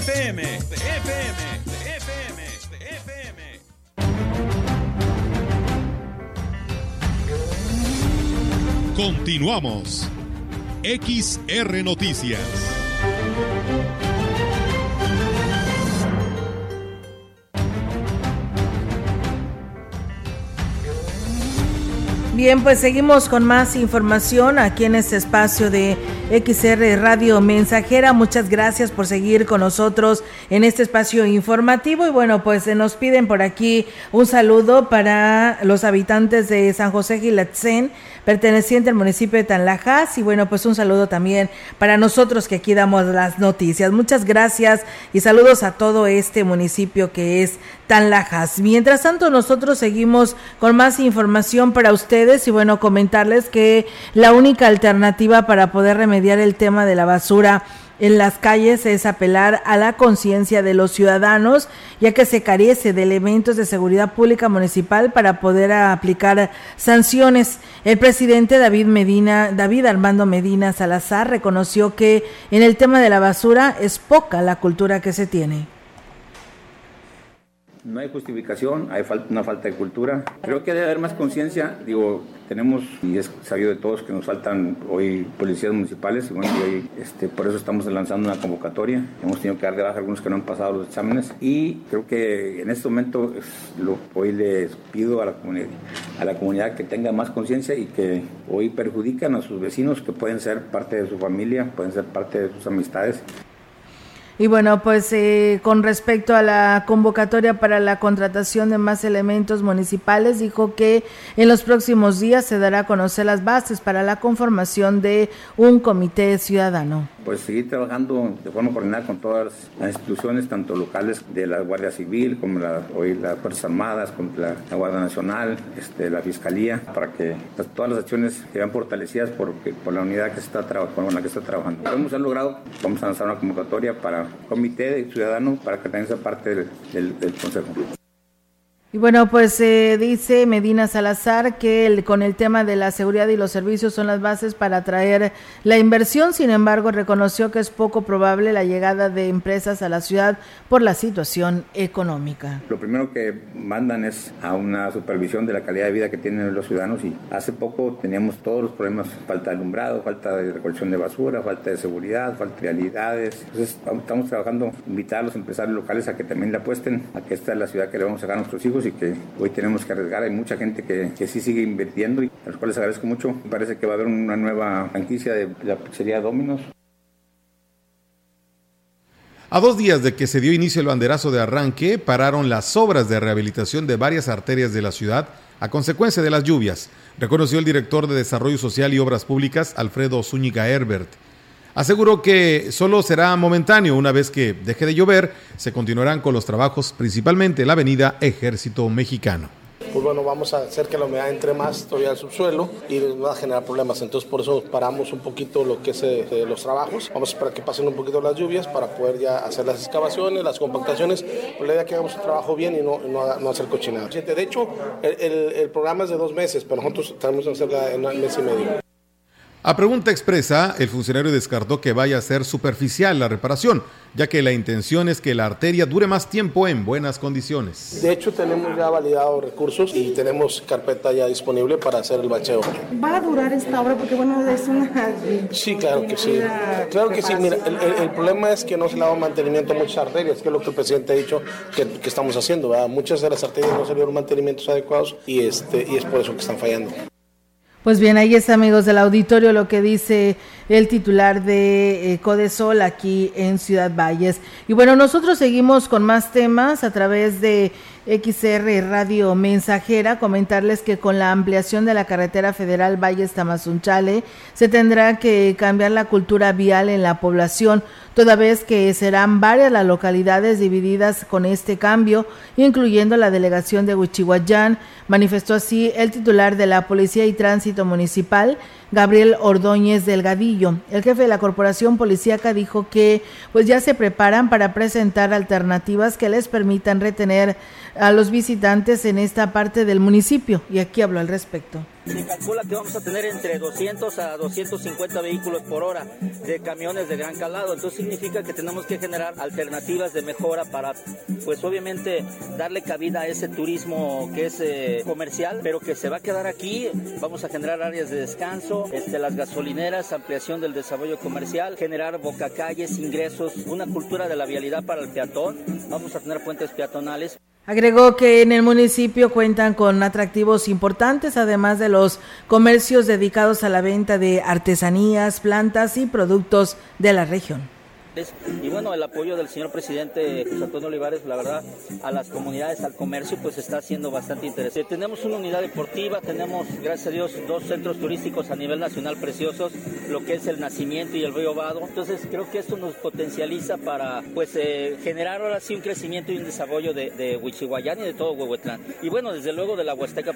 Continuamos. XR Noticias. Bien, pues seguimos con más información aquí en este espacio de XR Radio Mensajera. Muchas gracias por seguir con nosotros en este espacio informativo. Y bueno, pues se nos piden por aquí un saludo para los habitantes de San José Gilatzén, perteneciente al municipio de Tanlajas. Y bueno, pues un saludo también para nosotros que aquí damos las noticias. Muchas gracias y saludos a todo este municipio que es Tanlajas. Mientras tanto, nosotros seguimos con más información para ustedes y bueno, comentarles que la única alternativa para poder remediar el tema de la basura en las calles es apelar a la conciencia de los ciudadanos, ya que se carece de elementos de seguridad pública municipal para poder aplicar sanciones. El presidente David Armando Medina Salazar reconoció que en el tema de la basura es poca la cultura que se tiene. No hay justificación, hay una falta de cultura. Creo que debe haber más conciencia. Digo, tenemos, y es sabido de todos, que nos faltan hoy policías municipales. Y bueno, hoy, por eso estamos lanzando una convocatoria. Hemos tenido que dar de baja a algunos que no han pasado los exámenes. Y creo que en este momento hoy les pido a la comunidad que tenga más conciencia y que hoy perjudican a sus vecinos, que pueden ser parte de su familia, pueden ser parte de sus amistades. Y bueno, pues con respecto a la convocatoria para la contratación de más elementos municipales, dijo que en los próximos días se dará a conocer las bases para la conformación de un comité ciudadano. Pues seguir trabajando de forma coordinada con todas las instituciones, tanto locales de la Guardia Civil, como hoy las Fuerzas Armadas, con la Guardia Nacional, la Fiscalía, para que todas las acciones sean fortalecidas por la unidad con la que está trabajando. Lo hemos logrado, vamos a lanzar una convocatoria para comité ciudadano para que tenga esa parte del consejo. Y bueno, pues dice Medina Salazar que con el tema de la seguridad y los servicios son las bases para atraer la inversión. Sin embargo, reconoció que es poco probable la llegada de empresas a la ciudad por la situación económica. Lo primero que mandan es a una supervisión de la calidad de vida que tienen los ciudadanos, y hace poco teníamos todos los problemas: falta de alumbrado, falta de recolección de basura, falta de seguridad, falta de realidades. Entonces estamos trabajando, invitar a los empresarios locales a que también le apuesten a que esta es la ciudad que le vamos a sacar a nuestros hijos y que hoy tenemos que arriesgar. Hay mucha gente que sí sigue invirtiendo y a los cuales agradezco mucho. Me parece que va a haber una nueva franquicia de la pizzería Domino's. A 2 días de que se dio inicio el banderazo de arranque, pararon las obras de rehabilitación de varias arterias de la ciudad a consecuencia de las lluvias, reconoció el director de Desarrollo Social y Obras Públicas, Alfredo Zúñiga Herbert. Aseguró que solo será momentáneo. Una vez que deje de llover, se continuarán con los trabajos, principalmente en la avenida Ejército Mexicano. pues bueno, vamos a hacer que la humedad entre más todavía al subsuelo y nos va a generar problemas. Entonces por eso paramos un poquito lo que es los trabajos. Vamos a esperar que pasen un poquito las lluvias para poder ya hacer las excavaciones, las compactaciones. Pues la idea es que hagamos un trabajo bien y no hacer cochinada. De hecho, el programa es de 2 meses, pero nosotros tenemos que hacerla en 1 mes y medio. A pregunta expresa, el funcionario descartó que vaya a ser superficial la reparación, ya que la intención es que la arteria dure más tiempo en buenas condiciones. De hecho, tenemos ya validados recursos y tenemos carpeta ya disponible para hacer el bacheo. ¿Va a durar esta obra? Porque bueno, es una... Sí, claro que sí. Claro que sí. Mira, el problema es que no se le ha dado mantenimiento a muchas arterias, que es lo que el presidente ha dicho que estamos haciendo, ¿verdad? Muchas de las arterias no se le dieron mantenimientos adecuados y es por eso que están fallando. Pues bien, ahí está, amigos del auditorio, lo que dice el titular de Codesol aquí en Ciudad Valles. Y bueno, nosotros seguimos con más temas a través de XR Radio Mensajera. Comentarles que con la ampliación de la carretera federal Valles-Tamazunchale se tendrá que cambiar la cultura vial en la población, toda vez que serán varias las localidades divididas con este cambio, incluyendo la delegación de Huichihuayán. Manifestó así el titular de la Policía y Tránsito Municipal, Gabriel Ordóñez Delgadillo. El jefe de la Corporación Policíaca dijo que pues ya se preparan para presentar alternativas que les permitan retener a los visitantes en esta parte del municipio, y aquí habló al respecto. Se calcula que vamos a tener entre 200 a 250 vehículos por hora de camiones de gran calado, entonces significa que tenemos que generar alternativas de mejora para, pues obviamente, darle cabida a ese turismo que es comercial, pero que se va a quedar aquí. Vamos a generar áreas de descanso, las gasolineras, ampliación del desarrollo comercial, generar bocacalles, ingresos, una cultura de la vialidad para el peatón, vamos a tener puentes peatonales. Agregó que en el municipio cuentan con atractivos importantes, además de los comercios dedicados a la venta de artesanías, plantas y productos de la región. Y bueno, el apoyo del señor presidente José Antonio Olivares, la verdad, a las comunidades, al comercio, pues está siendo bastante interesante. Tenemos una unidad deportiva, tenemos, gracias a Dios, 2 centros turísticos a nivel nacional preciosos, lo que es el Nacimiento y el Río Vado. Entonces creo que esto nos potencializa para pues generar ahora sí un crecimiento y un desarrollo de Huichihuayán y de todo Huehuetlán. Y bueno, desde luego de la Huasteca.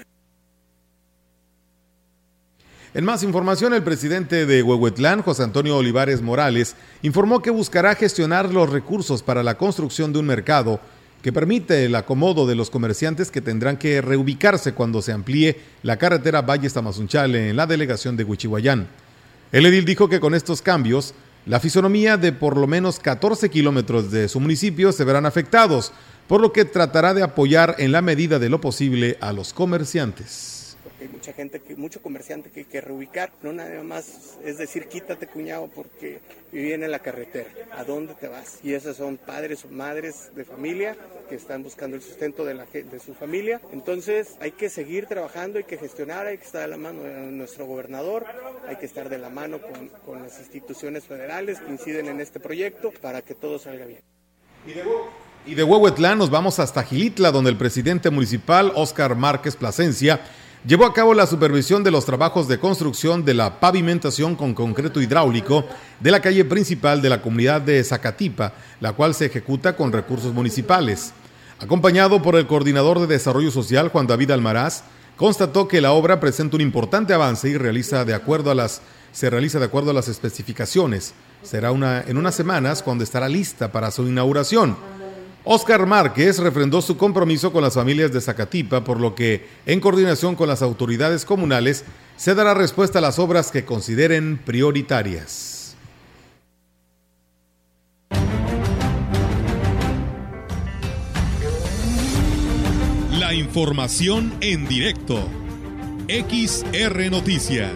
En más información, el presidente de Huehuetlán, José Antonio Olivares Morales, informó que buscará gestionar los recursos para la construcción de un mercado que permite el acomodo de los comerciantes que tendrán que reubicarse cuando se amplíe la carretera Valles-Tamazunchale en la delegación de Huichihuayán. El edil dijo que con estos cambios, la fisonomía de por lo menos 14 kilómetros de su municipio se verán afectados, por lo que tratará de apoyar en la medida de lo posible a los comerciantes. Hay mucha gente, mucho comerciante que hay que reubicar, no nada más es decir, quítate cuñado porque viven en la carretera, ¿a dónde te vas? Y esos son padres o madres de familia que están buscando el sustento de su familia, entonces hay que seguir trabajando, hay que gestionar, hay que estar de la mano de nuestro gobernador, hay que estar de la mano con las instituciones federales que inciden en este proyecto para que todo salga bien. Y de Huehuetlán nos vamos hasta Gilitla, donde el presidente municipal, Óscar Márquez Plasencia, llevó a cabo la supervisión de los trabajos de construcción de la pavimentación con concreto hidráulico de la calle principal de la comunidad de Zacatipa, la cual se ejecuta con recursos municipales. Acompañado por el coordinador de Desarrollo Social, Juan David Almaraz, constató que la obra presenta un importante avance y se realiza de acuerdo a las especificaciones. Será en unas semanas cuando estará lista para su inauguración. Óscar Márquez refrendó su compromiso con las familias de Zacatipa, por lo que, en coordinación con las autoridades comunales, se dará respuesta a las obras que consideren prioritarias. La información en directo. XR Noticias.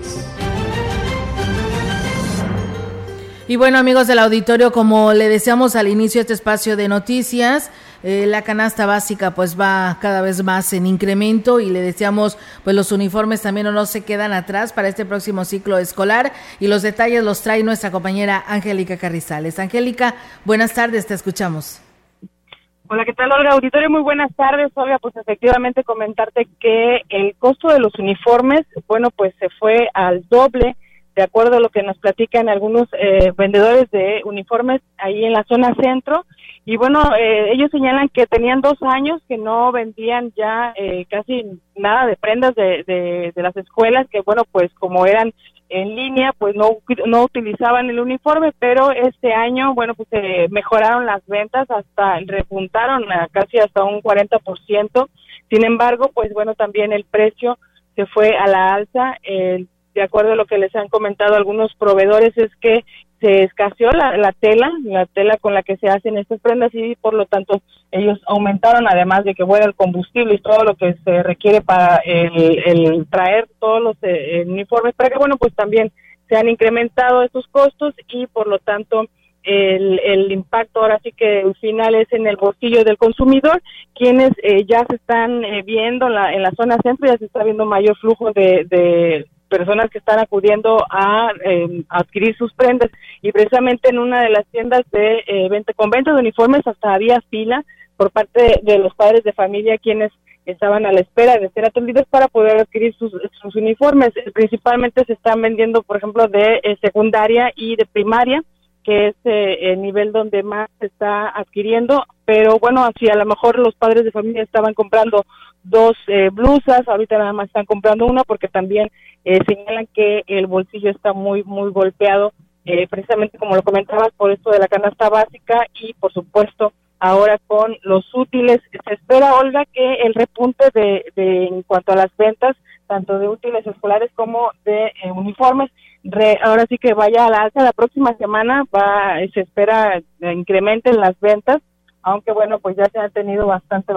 Y bueno, amigos del auditorio, como le decíamos al inicio de este espacio de noticias, la canasta básica pues va cada vez más en incremento y le decíamos pues los uniformes también no se quedan atrás para este próximo ciclo escolar, y los detalles los trae nuestra compañera Angélica Carrizales. Angélica, buenas tardes, te escuchamos. Hola, ¿qué tal, Olga? Auditorio, muy buenas tardes. Olga, pues efectivamente comentarte que el costo de los uniformes, bueno, pues se fue al doble, de acuerdo a lo que nos platican algunos vendedores de uniformes ahí en la zona centro, Y bueno, ellos señalan que tenían 2 años que no vendían ya casi nada de prendas de las escuelas, que bueno, pues como eran en línea, pues no utilizaban el uniforme, pero este año, bueno, pues mejoraron las ventas, repuntaron casi hasta un 40%. Sin embargo, pues bueno, también el precio se fue a la alza. De acuerdo a lo que les han comentado algunos proveedores, es que se escaseó la tela con la que se hacen estas prendas y por lo tanto ellos aumentaron, además de que fuera el combustible y todo lo que se requiere para el traer todos los uniformes, para que bueno, pues también se han incrementado estos costos y por lo tanto el impacto ahora sí que al final es en el bolsillo del consumidor, quienes ya se están viendo en la zona centro, ya se está viendo mayor flujo de personas que están acudiendo a adquirir sus prendas, y precisamente en una de las tiendas de venta de uniformes hasta había fila por parte de los padres de familia, quienes estaban a la espera de ser atendidos para poder adquirir sus uniformes. Principalmente se están vendiendo, por ejemplo, de secundaria y de primaria, que es el nivel donde más se está adquiriendo, pero bueno, así a lo mejor los padres de familia estaban comprando 2 blusas, ahorita nada más están comprando una, porque también señalan que el bolsillo está muy golpeado, precisamente como lo comentabas, por esto de la canasta básica y por supuesto ahora con los útiles. Se espera, Olga, que el repunte en cuanto a las ventas, tanto de útiles escolares como de uniformes, ahora sí que vaya a la alza. La próxima semana se espera incrementen las ventas, aunque bueno, pues ya se ha tenido bastante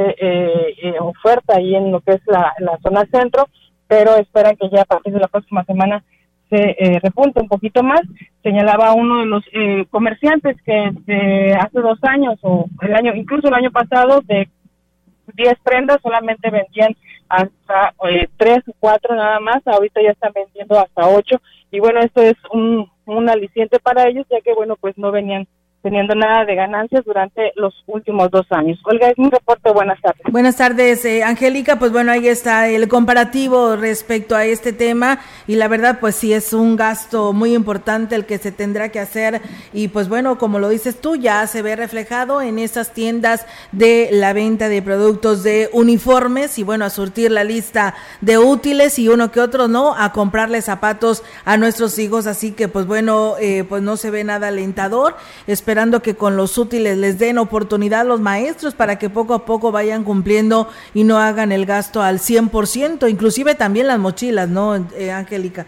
oferta ahí en lo que es la zona centro, pero esperan que ya a partir de la próxima semana se repunte un poquito más. Señalaba uno de los comerciantes que hace 2 años incluso el año pasado, de 10 prendas solamente vendían hasta 3 o 4 nada más, ahorita ya están vendiendo hasta 8, y bueno, esto es un aliciente para ellos, ya que bueno, pues no venían teniendo nada de ganancias durante los últimos 2 años. Olga, es mi reporte, buenas tardes. Buenas tardes, Angélica, pues bueno, ahí está el comparativo respecto a este tema, y la verdad, pues sí, es un gasto muy importante el que se tendrá que hacer, y pues bueno, como lo dices tú, ya se ve reflejado en esas tiendas de la venta de productos de uniformes, y bueno, a surtir la lista de útiles, y uno que otro, ¿no?, a comprarle zapatos a nuestros hijos, así que pues bueno, pues no se ve nada alentador. Esperando que con los útiles les den oportunidad los maestros para que poco a poco vayan cumpliendo y no hagan el gasto al 100%, inclusive también las mochilas, ¿no, Angélica?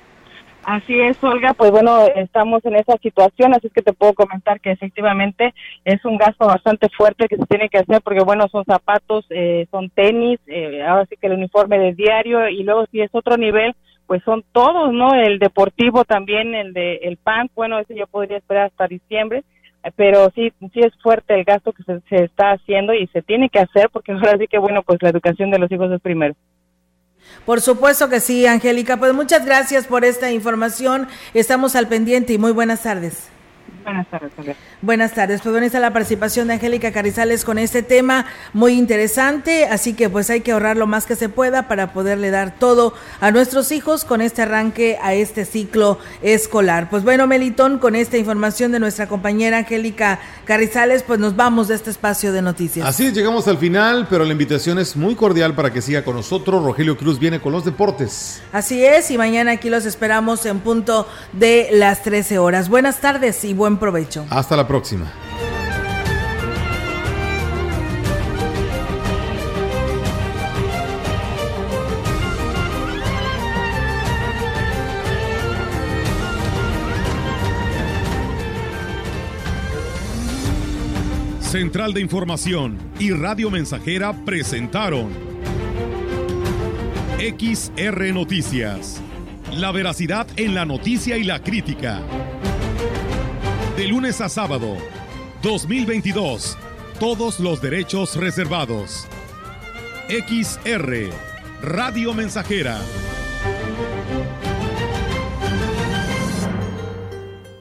Así es, Olga, pues bueno, estamos en esa situación, así que te puedo comentar que efectivamente es un gasto bastante fuerte que se tiene que hacer, porque bueno, son zapatos, son tenis, ahora sí que el uniforme de diario, y luego si es otro nivel, pues son todos, ¿no? El deportivo también, el PAN, bueno, ese yo podría esperar hasta diciembre, pero sí es fuerte el gasto que se está haciendo y se tiene que hacer, porque ahora sí que bueno, pues la educación de los hijos es primero. Por supuesto que sí, Angélica, pues muchas gracias por esta información, estamos al pendiente y muy buenas tardes. Buenas tardes, Olga. Buenas tardes, pues bueno, está la participación de Angélica Carrizales con este tema muy interesante, así que pues hay que ahorrar lo más que se pueda para poderle dar todo a nuestros hijos con este arranque a este ciclo escolar. Pues bueno, Melitón, con esta información de nuestra compañera Angélica Carrizales, pues nos vamos de este espacio de noticias. Así es, llegamos al final, pero la invitación es muy cordial para que siga con nosotros. Rogelio Cruz viene con los deportes. Así es, y mañana aquí los esperamos en punto de las 13 horas. Buenas tardes y buen provecho. Hasta la próxima. Central de Información y Radio Mensajera presentaron XR Noticias. La veracidad en la noticia y la crítica. De lunes a sábado, 2022. Todos los derechos reservados. XR, Radio Mensajera.